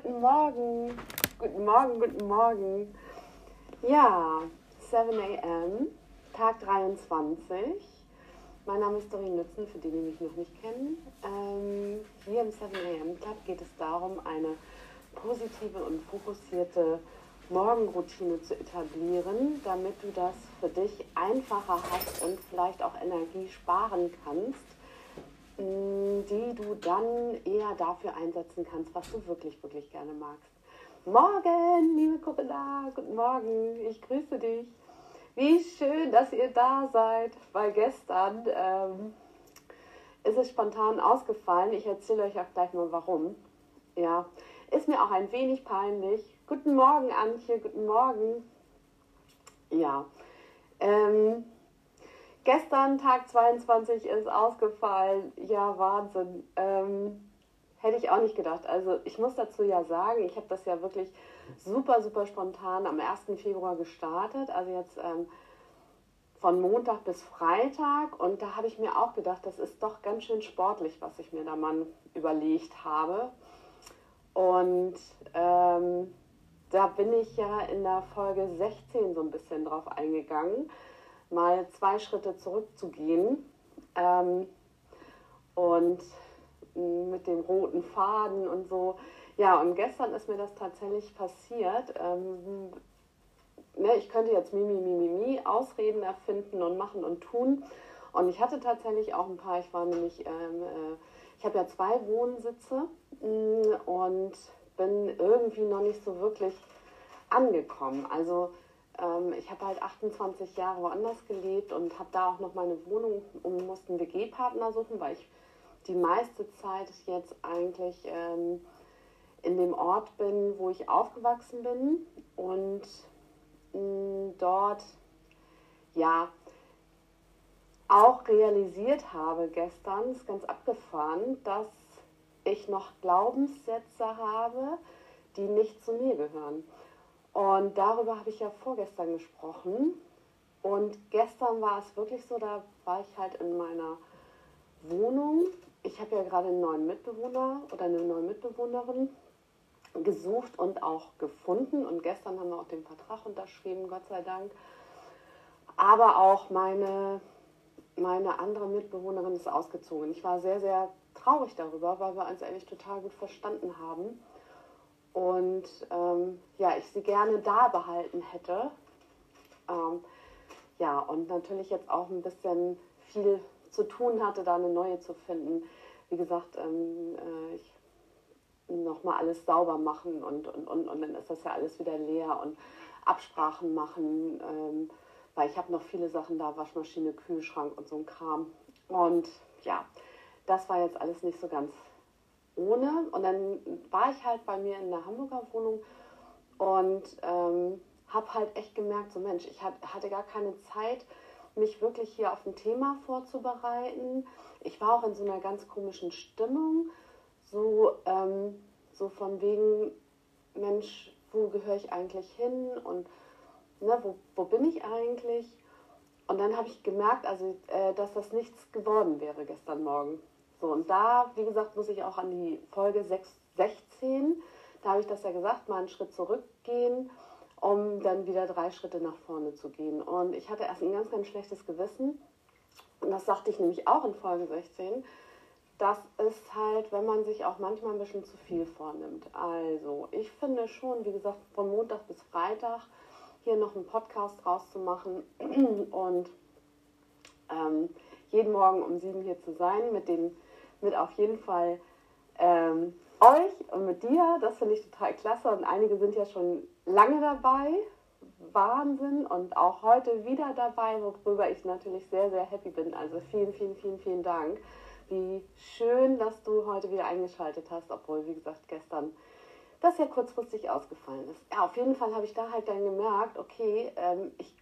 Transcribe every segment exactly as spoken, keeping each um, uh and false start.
Guten Morgen, guten Morgen, guten Morgen. Ja, sieben a m, Tag dreiundzwanzig. Mein Name ist Doreen Lützen, für die, die mich noch nicht kennen. Ähm, hier im sieben a m Club geht es darum, eine positive und fokussierte Morgenroutine zu etablieren, damit du das für dich einfacher hast und vielleicht auch Energie sparen kannst, die du dann eher dafür einsetzen kannst, was du wirklich, wirklich gerne magst. Morgen, liebe Kuppela, guten Morgen, ich grüße dich. Wie schön, dass ihr da seid, weil gestern ähm, ist es spontan ausgefallen. Ich erzähle euch auch gleich mal warum. Ja, ist mir auch ein wenig peinlich. Guten Morgen, Antje, guten Morgen. Ja, ähm, gestern, Tag zweiundzwanzig, ist ausgefallen. Ja, Wahnsinn. Ähm, hätte ich auch nicht gedacht. Also ich muss dazu ja sagen, ich habe das ja wirklich super, super spontan am ersten Februar gestartet. Also jetzt ähm, von Montag bis Freitag. Und da habe ich mir auch gedacht, das ist doch ganz schön sportlich, was ich mir da mal überlegt habe. Und ähm, da bin ich ja in der Folge sechzehn so ein bisschen drauf eingegangen, mal zwei Schritte zurückzugehen ähm, und mit dem roten Faden und so. Ja, und gestern ist mir das tatsächlich passiert. Ähm, ne, ich könnte jetzt Mimi, Mimi, Mimi Ausreden erfinden und machen und tun. Und ich hatte tatsächlich auch ein paar, ich war nämlich, ähm, äh, ich habe ja zwei Wohnsitze mh, und bin irgendwie noch nicht so wirklich angekommen. Also ähm, ich habe halt achtundzwanzig Jahre woanders gelebt und habe da auch noch meine Wohnung und musste einen W G-Partner suchen, weil ich die meiste Zeit jetzt eigentlich ähm, in dem Ort bin, wo ich aufgewachsen bin und mh, dort ja auch realisiert habe gestern, ist ganz abgefahren, dass ich noch Glaubenssätze habe, die nicht zu mir gehören. Und darüber habe ich ja vorgestern gesprochen. Und gestern war es wirklich so, da war ich halt in meiner Wohnung. Ich habe ja gerade einen neuen Mitbewohner oder eine neue Mitbewohnerin gesucht und auch gefunden. Und gestern haben wir auch den Vertrag unterschrieben, Gott sei Dank. Aber auch meine, meine andere Mitbewohnerin ist ausgezogen. Ich war sehr, sehr traurig darüber, weil wir uns eigentlich total gut verstanden haben. Und ähm, ja, ich sie gerne da behalten hätte. Ähm, ja, und natürlich jetzt auch ein bisschen viel zu tun hatte, da eine neue zu finden. Wie gesagt, ähm, äh, ich nochmal alles sauber machen und, und, und, und dann ist das ja alles wieder leer und Absprachen machen, ähm, weil ich habe noch viele Sachen da, Waschmaschine, Kühlschrank und so ein Kram. Und ja, das war jetzt alles nicht so ganz ohne. Und dann war ich halt bei mir in der Hamburger Wohnung und ähm, habe halt echt gemerkt, so Mensch, ich hat, hatte gar keine Zeit, mich wirklich hier auf ein Thema vorzubereiten. Ich war auch in so einer ganz komischen Stimmung, so, ähm, so von wegen, Mensch, wo gehöre ich eigentlich hin und ne, wo, wo bin ich eigentlich? Und dann habe ich gemerkt, also, äh, dass das nichts geworden wäre gestern Morgen. So, und da, wie gesagt, muss ich auch an die Folge sechzehn, da habe ich das ja gesagt, mal einen Schritt zurückgehen, um dann wieder drei Schritte nach vorne zu gehen. Und ich hatte erst ein ganz, ganz schlechtes Gewissen. Und das sagte ich nämlich auch in Folge sechzehn. Das ist halt, wenn man sich auch manchmal ein bisschen zu viel vornimmt. Also, ich finde schon, wie gesagt, von Montag bis Freitag hier noch einen Podcast rauszumachen und ähm, jeden Morgen um sieben hier zu sein, mit, den, mit auf jeden Fall ähm, euch und mit dir. Das finde ich total klasse und einige sind ja schon lange dabei. Wahnsinn und auch heute wieder dabei, worüber ich natürlich sehr, sehr happy bin. Also vielen, vielen, vielen, vielen Dank. Wie schön, dass du heute wieder eingeschaltet hast, obwohl, wie gesagt, gestern das ja kurzfristig ausgefallen ist. Ja, auf jeden Fall habe ich da halt dann gemerkt, okay, ähm, ich,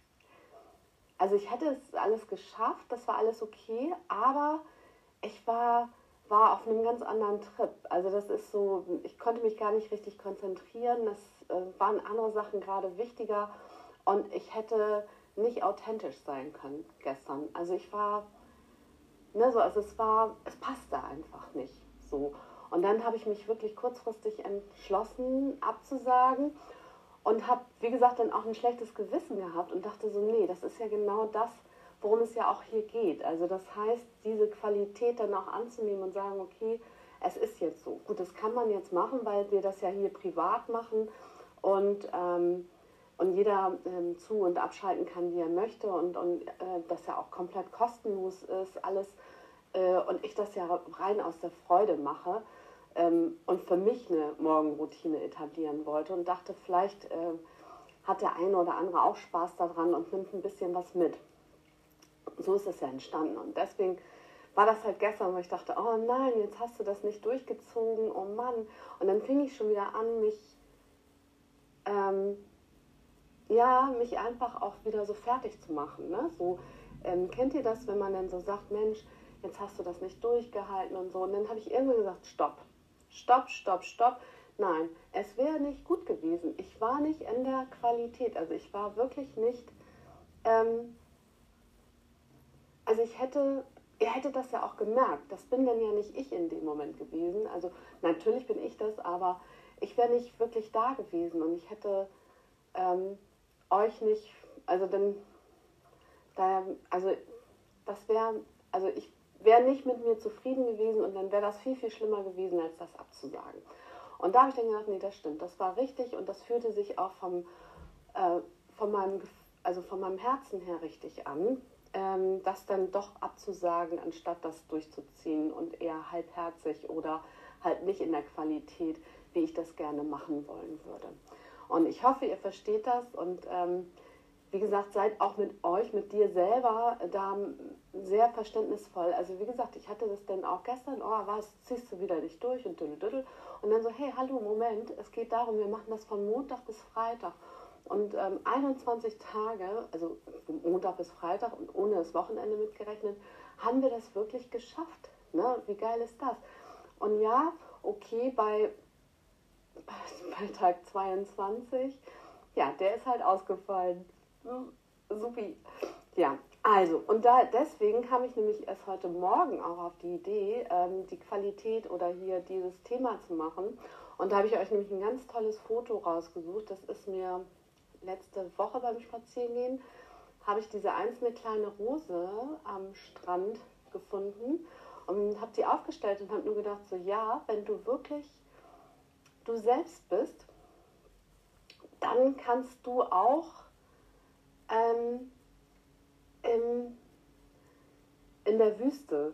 also ich hätte es alles geschafft, das war alles okay, aber ich war, war auf einem ganz anderen Trip. Also das ist so, ich konnte mich gar nicht richtig konzentrieren, es äh, waren andere Sachen gerade wichtiger und ich hätte nicht authentisch sein können gestern. Also ich war, ne, so, also es war, es passte einfach nicht so. Und dann habe ich mich wirklich kurzfristig entschlossen, abzusagen und habe, wie gesagt, dann auch ein schlechtes Gewissen gehabt und dachte so, nee, das ist ja genau das, worum es ja auch hier geht. Also das heißt, diese Qualität dann auch anzunehmen und sagen, okay, es ist jetzt so. Gut, das kann man jetzt machen, weil wir das ja hier privat machen und, ähm, und jeder ähm, zu- und abschalten kann, wie er möchte und, und äh, das ja auch komplett kostenlos ist, alles. Äh, und ich das ja rein aus der Freude mache ähm, und für mich eine Morgenroutine etablieren wollte und dachte, vielleicht äh, hat der eine oder andere auch Spaß daran und nimmt ein bisschen was mit. So ist es ja entstanden und deswegen war das halt gestern, wo ich dachte, oh nein, jetzt hast du das nicht durchgezogen, oh Mann. Und dann fing ich schon wieder an, mich, ähm, ja, mich einfach auch wieder so fertig zu machen. Ne? So, ähm, kennt ihr das, wenn man dann so sagt, Mensch, jetzt hast du das nicht durchgehalten und so. Und dann habe ich irgendwann gesagt, stopp, stopp, stopp, stopp. Nein, es wäre nicht gut gewesen. Ich war nicht in der Qualität, also ich war wirklich nicht, ähm, also ich hätte... Ihr hättet das ja auch gemerkt, das bin dann ja nicht ich in dem Moment gewesen. Also natürlich bin ich das, aber ich wäre nicht wirklich da gewesen und ich hätte ähm, euch nicht, also dann, da, also das wäre, also ich wäre nicht mit mir zufrieden gewesen und dann wäre das viel, viel schlimmer gewesen, als das abzusagen. Und da habe ich dann gedacht, nee, das stimmt, das war richtig und das fühlte sich auch vom, äh, von meinem, also von meinem Herzen her richtig an. Ähm, das dann doch abzusagen, anstatt das durchzuziehen und eher halbherzig oder halt nicht in der Qualität, wie ich das gerne machen wollen würde. Und ich hoffe, ihr versteht das und ähm, wie gesagt, seid auch mit euch, mit dir selber da sehr verständnisvoll. Also wie gesagt, ich hatte das dann auch gestern, oh was, ziehst du wieder nicht durch und düdel, düdel. Und dann so, hey, hallo, Moment, es geht darum, wir machen das von Montag bis Freitag. Und ähm, einundzwanzig Tage, also von Montag bis Freitag und ohne das Wochenende mitgerechnet, haben wir das wirklich geschafft. Ne? Wie geil ist das? Und ja, okay, bei, bei Tag zweiundzwanzig, ja, der ist halt ausgefallen. Supi. Ja, also, und da, deswegen kam ich nämlich erst heute Morgen auch auf die Idee, ähm, die Qualität oder hier dieses Thema zu machen. Und da habe ich euch nämlich ein ganz tolles Foto rausgesucht. Das ist mir letzte Woche beim Spazierengehen, habe ich diese einzelne kleine Rose am Strand gefunden und habe die aufgestellt und habe nur gedacht, so ja, wenn du wirklich du selbst bist, dann kannst du auch ähm, im, in der Wüste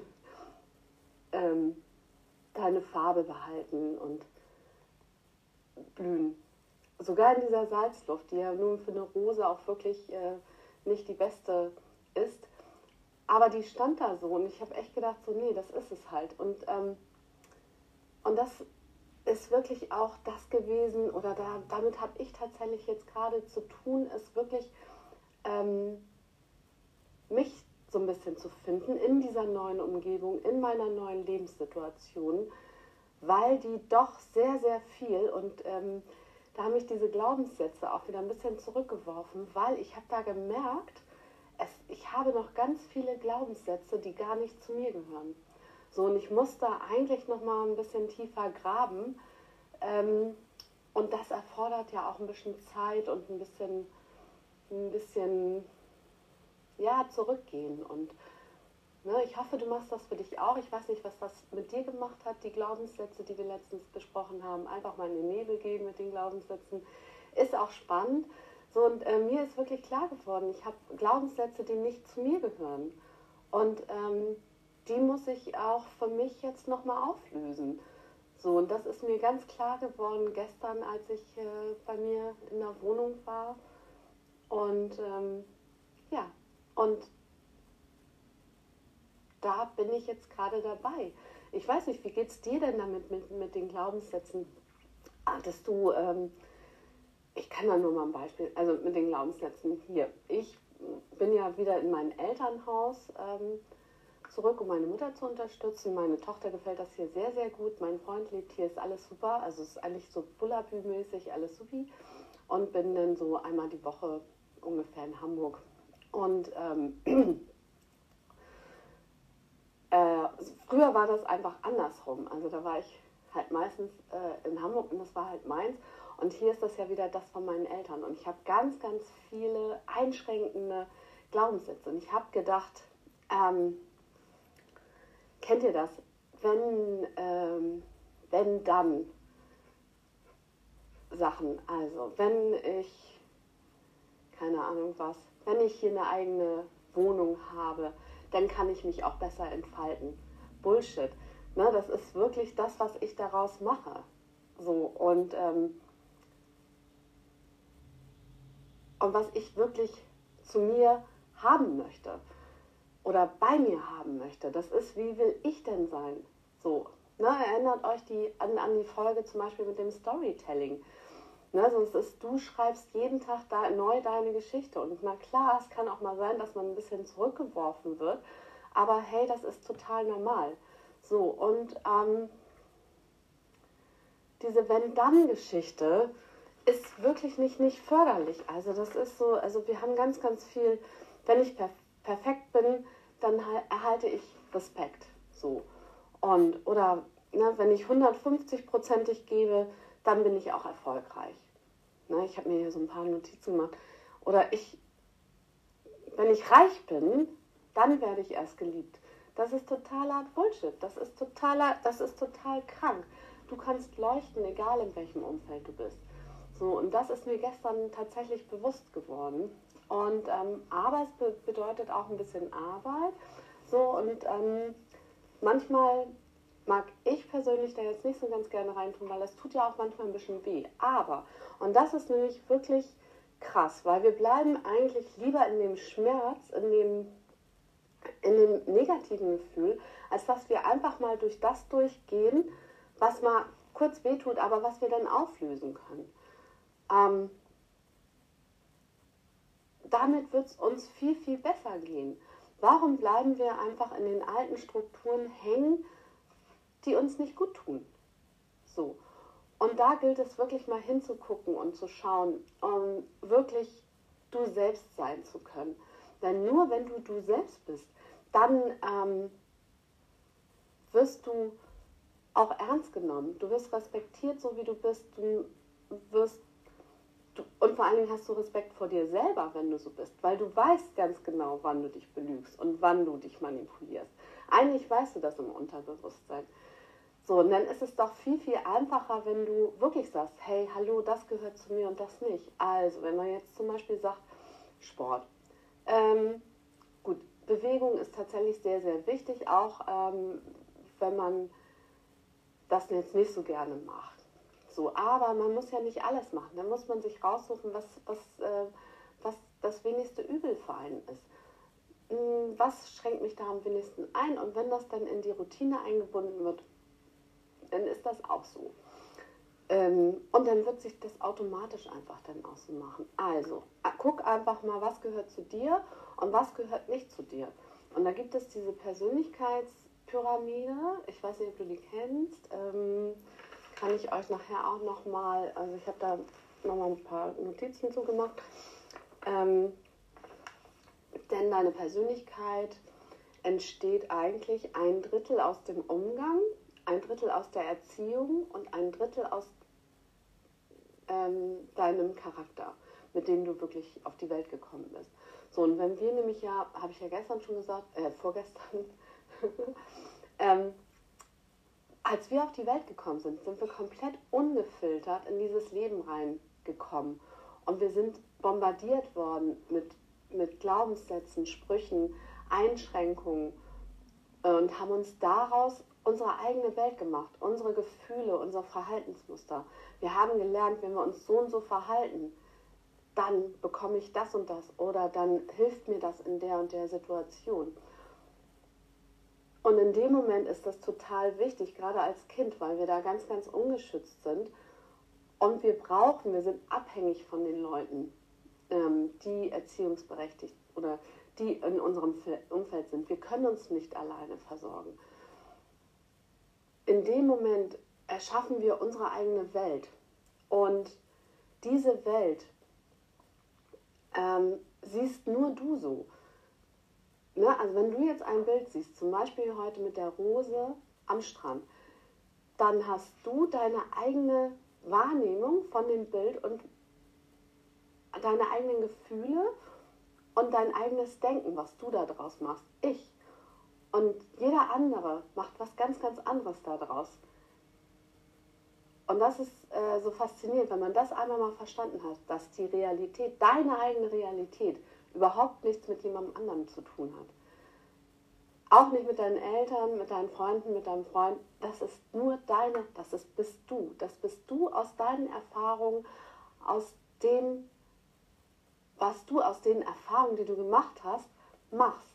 ähm, deine Farbe behalten und blühen. Sogar in dieser Salzluft, die ja nun für eine Rose auch wirklich äh, nicht die beste ist. Aber die stand da so und ich habe echt gedacht, so nee, das ist es halt. Und, ähm, und das ist wirklich auch das gewesen, oder da, damit habe ich tatsächlich jetzt gerade zu tun, ist wirklich ähm, mich so ein bisschen zu finden in dieser neuen Umgebung, in meiner neuen Lebenssituation, weil die doch sehr, sehr viel und ähm, da haben mich diese Glaubenssätze auch wieder ein bisschen zurückgeworfen, weil ich habe da gemerkt, es, ich habe noch ganz viele Glaubenssätze, die gar nicht zu mir gehören. So, und ich muss da eigentlich noch mal ein bisschen tiefer graben. Ähm, und das erfordert ja auch ein bisschen Zeit und ein bisschen, ein bisschen ja, zurückgehen. Und ne, ich hoffe, du machst das für dich auch. Ich weiß nicht, was das mit dir gemacht hat, die Glaubenssätze, die wir letztens besprochen haben. Einfach mal in den Nebel gehen mit den Glaubenssätzen. Ist auch spannend. So, und äh, mir ist wirklich klar geworden, ich habe Glaubenssätze, die nicht zu mir gehören. Und ähm, die muss ich auch für mich jetzt nochmal auflösen. So, und das ist mir ganz klar geworden gestern, als ich äh, bei mir in der Wohnung war. Und ähm, ja, und da bin ich jetzt gerade dabei. Ich weiß nicht, wie geht es dir denn damit mit, mit den Glaubenssätzen? Hattest du, ähm, ich kann da nur mal ein Beispiel, also mit den Glaubenssätzen hier. Ich bin ja wieder in mein Elternhaus ähm, zurück, um meine Mutter zu unterstützen. Meine Tochter gefällt das hier sehr, sehr gut. Mein Freund lebt hier, ist alles super. Also es ist eigentlich so Bullabü-mäßig, alles supi. Und bin dann so einmal die Woche ungefähr in Hamburg. Und ähm, äh, früher war das einfach andersrum. Also da war ich halt meistens äh, in Hamburg und das war halt meins. Und hier ist das ja wieder das von meinen Eltern. Und ich habe ganz, ganz viele einschränkende Glaubenssätze. Und ich habe gedacht, ähm, kennt ihr das? Wenn, ähm, wenn dann Sachen. Also wenn ich, keine Ahnung was, wenn ich hier eine eigene Wohnung habe, dann kann ich mich auch besser entfalten. Bullshit. Ne, das ist wirklich das, was ich daraus mache. So, und, ähm, und was ich wirklich zu mir haben möchte oder bei mir haben möchte, das ist, wie will ich denn sein? So, ne, erinnert euch die, an, an die Folge zum Beispiel mit dem Storytelling. Ne, sonst ist, du schreibst jeden Tag da neu deine Geschichte. Und na klar, es kann auch mal sein, dass man ein bisschen zurückgeworfen wird, aber hey, das ist total normal. So, und ähm, diese Wenn-Dann-Geschichte ist wirklich nicht, nicht förderlich. Also das ist so, also wir haben ganz, ganz viel, wenn ich perf perfekt bin, dann erhalte ich Respekt. So. Und, oder ne, wenn ich hundertfünfzig-prozentig gebe, dann bin ich auch erfolgreich. Ne, ich habe mir hier so ein paar Notizen gemacht. Oder ich, wenn ich reich bin, dann werde ich erst geliebt. Das ist totaler Bullshit. Das ist totaler, das ist total krank. Du kannst leuchten, egal in welchem Umfeld du bist. So, und das ist mir gestern tatsächlich bewusst geworden. Und, ähm, aber es be bedeutet auch ein bisschen Arbeit. So, und ähm, manchmal mag ich persönlich da jetzt nicht so ganz gerne reintun, weil das tut ja auch manchmal ein bisschen weh. Aber, und das ist nämlich wirklich krass, weil wir bleiben eigentlich lieber in dem Schmerz, in dem, in dem negativen Gefühl, als dass wir einfach mal durch das durchgehen, was mal kurz wehtut, aber was wir dann auflösen können. Ähm, damit wird es uns viel, viel besser gehen. Warum bleiben wir einfach in den alten Strukturen hängen, die uns nicht gut tun? So. Und da gilt es wirklich mal hinzugucken und zu schauen, um wirklich du selbst sein zu können. Denn nur wenn du du selbst bist, dann ähm, wirst du auch ernst genommen. Du wirst respektiert, so wie du bist. Du wirst du, und vor allen Dingen hast du Respekt vor dir selber, wenn du so bist, weil du weißt ganz genau, wann du dich belügst und wann du dich manipulierst. Eigentlich weißt du das im Unterbewusstsein. So, und dann ist es doch viel, viel einfacher, wenn du wirklich sagst, hey, hallo, das gehört zu mir und das nicht. Also, wenn man jetzt zum Beispiel sagt, Sport. Ähm, gut, Bewegung ist tatsächlich sehr, sehr wichtig, auch ähm, wenn man das jetzt nicht so gerne macht. So, aber man muss ja nicht alles machen. Dann muss man sich raussuchen, was, was, äh, was das wenigste Übel für einen ist. Was schränkt mich da am wenigsten ein? Und wenn das dann in die Routine eingebunden wird, dann ist das auch so. Ähm, und dann wird sich das automatisch einfach dann auch so machen. Also, guck einfach mal, was gehört zu dir und was gehört nicht zu dir. Und da gibt es diese Persönlichkeitspyramide, ich weiß nicht, ob du die kennst, ähm, kann ich euch nachher auch nochmal, also ich habe da nochmal ein paar Notizen zu gemacht, ähm, denn deine Persönlichkeit entsteht eigentlich ein Drittel aus dem Umgang, ein Drittel aus der Erziehung und ein Drittel aus ähm, deinem Charakter, mit dem du wirklich auf die Welt gekommen bist. So, und wenn wir nämlich ja, habe ich ja gestern schon gesagt, äh, vorgestern, ähm, als wir auf die Welt gekommen sind, sind wir komplett ungefiltert in dieses Leben reingekommen. Und wir sind bombardiert worden mit, mit Glaubenssätzen, Sprüchen, Einschränkungen äh, und haben uns daraus unsere eigene Welt gemacht, unsere Gefühle, unser Verhaltensmuster. Wir haben gelernt, wenn wir uns so und so verhalten, dann bekomme ich das und das oder dann hilft mir das in der und der Situation. Und in dem Moment ist das total wichtig, gerade als Kind, weil wir da ganz, ganz ungeschützt sind. Und wir brauchen, wir sind abhängig von den Leuten, ähm, die erziehungsberechtigt oder die in unserem Umfeld sind. Wir können uns nicht alleine versorgen. In dem Moment erschaffen wir unsere eigene Welt. Und diese Welt ähm, siehst nur du so. ne, also wenn du jetzt ein Bild siehst, zum Beispiel heute mit der Rose am Strand, dann hast du deine eigene Wahrnehmung von dem Bild und deine eigenen Gefühle und dein eigenes Denken, was du da draus machst. Ich. Und jeder andere macht was ganz, ganz anderes da draus. Und das ist äh, so faszinierend, wenn man das einmal mal verstanden hat, dass die Realität, deine eigene Realität, überhaupt nichts mit jemandem anderem zu tun hat. Auch nicht mit deinen Eltern, mit deinen Freunden, mit deinem Freund. Das ist nur deine, das ist, bist du. Das bist du aus deinen Erfahrungen, aus dem, was du aus den Erfahrungen, die du gemacht hast, machst.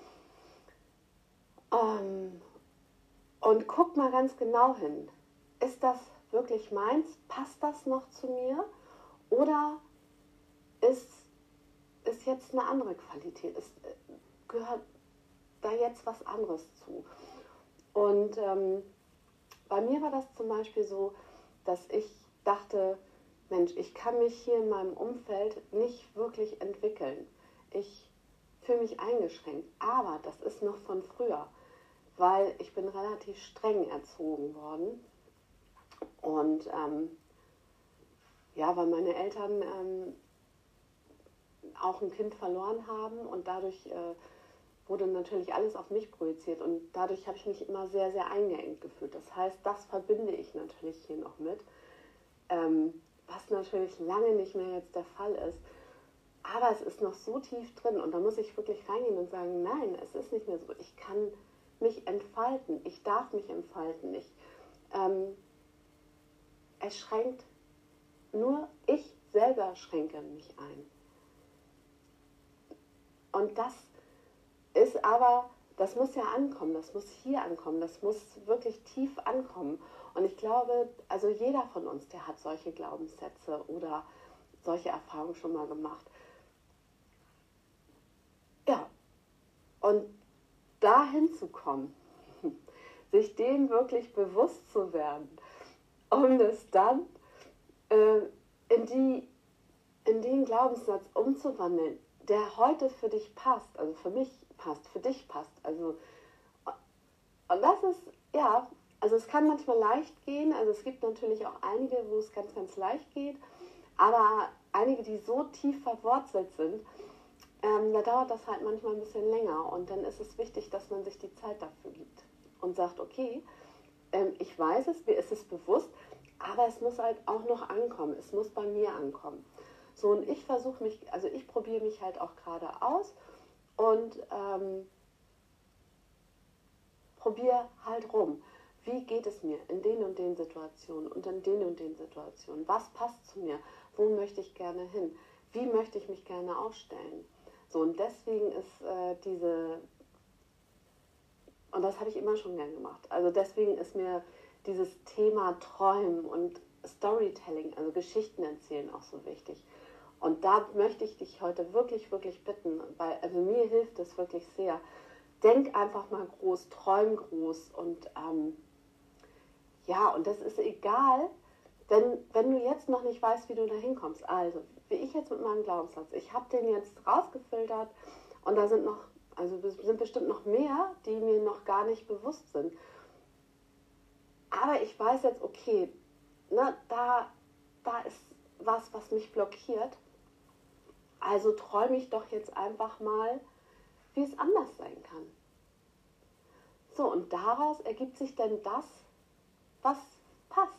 Ähm, und guck mal ganz genau hin. Ist das wirklich meins? Passt das noch zu mir? Oder ist, ist jetzt eine andere Qualität? Ist, gehört da jetzt was anderes zu? Und ähm, bei mir war das zum Beispiel so, dass ich dachte, Mensch, ich kann mich hier in meinem Umfeld nicht wirklich entwickeln. Ich fühle mich eingeschränkt. Aber das ist noch von früher, weil ich bin relativ streng erzogen worden. Und ähm, ja, weil meine Eltern ähm, auch ein Kind verloren haben und dadurch äh, wurde natürlich alles auf mich projiziert und dadurch habe ich mich immer sehr, sehr eingeengt gefühlt. Das heißt, das verbinde ich natürlich hier noch mit, ähm, was natürlich lange nicht mehr jetzt der Fall ist. Aber es ist noch so tief drin und da muss ich wirklich reingehen und sagen, nein, es ist nicht mehr so. Ich kann mich entfalten, ich darf mich entfalten. Ich, ähm, es schränkt, nur ich selber schränke mich ein. Und das ist aber, das muss ja ankommen, das muss hier ankommen, das muss wirklich tief ankommen. Und ich glaube, also jeder von uns, der hat solche Glaubenssätze oder solche Erfahrungen schon mal gemacht. Ja, und dahin zu kommen, sich dem wirklich bewusst zu werden, um es dann äh, in, die, in den Glaubenssatz umzuwandeln, der heute für dich passt, also für mich passt, für dich passt. Also, und das ist, ja, also es kann manchmal leicht gehen, also es gibt natürlich auch einige, wo es ganz, ganz leicht geht, aber einige, die so tief verwurzelt sind, ähm, da dauert das halt manchmal ein bisschen länger und dann ist es wichtig, dass man sich die Zeit dafür gibt und sagt, okay, ähm, ich weiß es, mir ist es bewusst, aber es muss halt auch noch ankommen, es muss bei mir ankommen. So, und ich versuche mich, also ich probiere mich halt auch gerade aus und ähm, probiere halt rum. Wie geht es mir in den und den Situationen und in den und den Situationen? Was passt zu mir? Wo möchte ich gerne hin? Wie möchte ich mich gerne aufstellen? So, und deswegen ist äh, diese, und das habe ich immer schon gern gemacht, also deswegen ist mir dieses Thema Träumen und Storytelling, also Geschichten erzählen, auch so wichtig. Und da möchte ich dich heute wirklich, wirklich bitten, weil also mir hilft es wirklich sehr. Denk einfach mal groß, träum groß und ähm, ja, und das ist egal, wenn, wenn du jetzt noch nicht weißt, wie du da hinkommst. Also, wie ich jetzt mit meinem Glaubenssatz, ich habe den jetzt rausgefiltert und da sind noch, also sind bestimmt noch mehr, die mir noch gar nicht bewusst sind. Aber ich weiß jetzt, okay, ne, da, da ist was, was mich blockiert. Also träume ich doch jetzt einfach mal, wie es anders sein kann. So, und daraus ergibt sich dann das, was passt.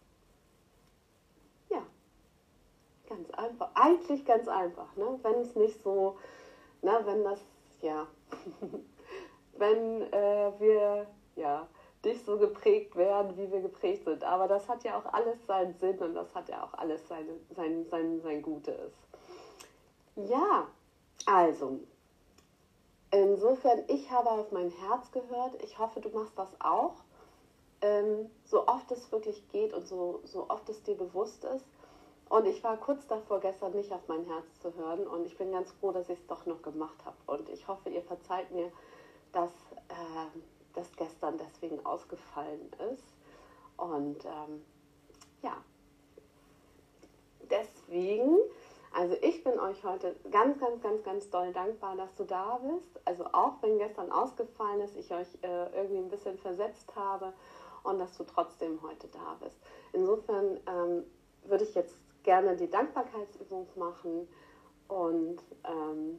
Ja, ganz einfach. Eigentlich ganz einfach, ne? Wenn es nicht so, ne, wenn das, ja, wenn äh, wir, ja, nicht so geprägt werden, wie wir geprägt sind. Aber das hat ja auch alles seinen Sinn und das hat ja auch alles sein, sein, sein, sein Gutes. Ja, also, insofern, ich habe auf mein Herz gehört. Ich hoffe, du machst das auch. Ähm, so oft es wirklich geht und so, so oft es dir bewusst ist. Und ich war kurz davor, gestern nicht auf mein Herz zu hören. Und ich bin ganz froh, dass ich es doch noch gemacht habe. Und ich hoffe, ihr verzeiht mir, dass äh, das gestern deswegen ausgefallen ist. Und ähm, ja, deswegen Also ich bin euch heute ganz, ganz, ganz, ganz doll dankbar, dass du da bist. Also auch wenn gestern ausgefallen ist, ich euch äh, irgendwie ein bisschen versetzt habe und dass du trotzdem heute da bist. Insofern ähm, würde ich jetzt gerne die Dankbarkeitsübung machen und ähm,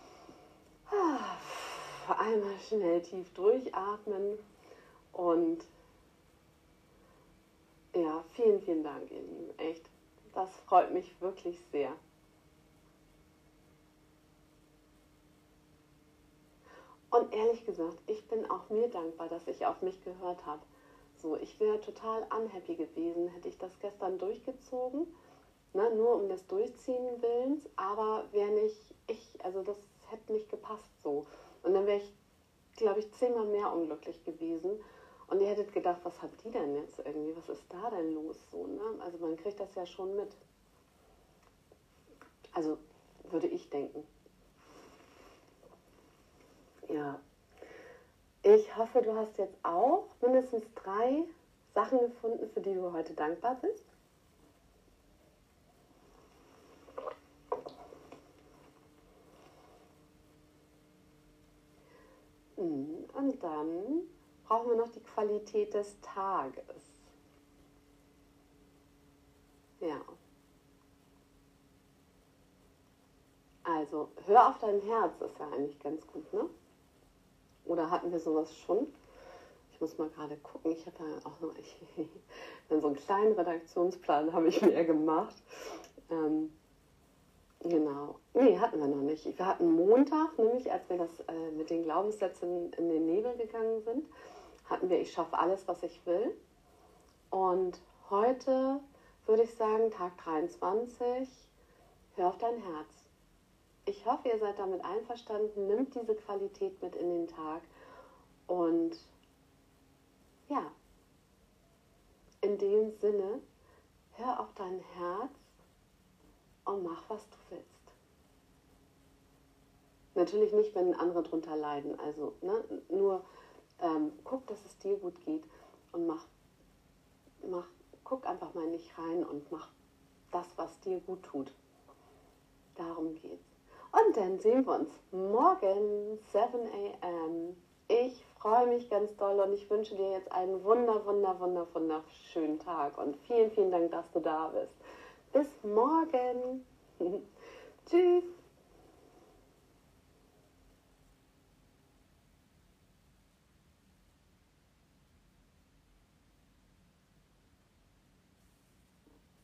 einmal schnell tief durchatmen und ja, vielen, vielen Dank, ihr Lieben, echt. Das freut mich wirklich sehr. Und ehrlich gesagt, ich bin auch mir dankbar, dass ich auf mich gehört habe. So, ich wäre total unhappy gewesen, hätte ich das gestern durchgezogen, ne, nur um des Durchziehen Willens, aber wäre nicht ich, also das hätte nicht gepasst so. Und dann wäre ich, glaube ich, zehnmal mehr unglücklich gewesen. Und ihr hättet gedacht, was hat die denn jetzt irgendwie, was ist da denn los so, ne? Also man kriegt das ja schon mit. Also würde ich denken. Ja. Ich hoffe, du hast jetzt auch mindestens drei Sachen gefunden, für die du heute dankbar bist. Und dann brauchen wir noch die Qualität des Tages. Ja. Also, hör auf dein Herz ist ja eigentlich ganz gut, ne? Oder hatten wir sowas schon? Ich muss mal gerade gucken. Ich habe ja auch noch ich, so einen kleinen Redaktionsplan habe ich mir gemacht. Ähm, genau. Nee, hatten wir noch nicht. Wir hatten Montag, nämlich als wir das äh, mit den Glaubenssätzen in den Nebel gegangen sind, hatten wir Ich schaffe alles, was ich will. Und heute würde ich sagen, Tag dreiundzwanzig, hör auf dein Herz. Ich hoffe, ihr seid damit einverstanden, nimmt diese Qualität mit in den Tag und ja, in dem Sinne, hör auf dein Herz und mach, was du willst. Natürlich nicht, wenn andere drunter leiden, also ne, nur ähm, guck, dass es dir gut geht und mach, mach, guck einfach mal nicht rein und mach das, was dir gut tut. Darum geht's. Und dann sehen wir uns morgen, seven a m Ich freue mich ganz doll und ich wünsche dir jetzt einen wunder, wunder, wunder, wunderschönen Tag und vielen, vielen Dank, dass du da bist. Bis morgen!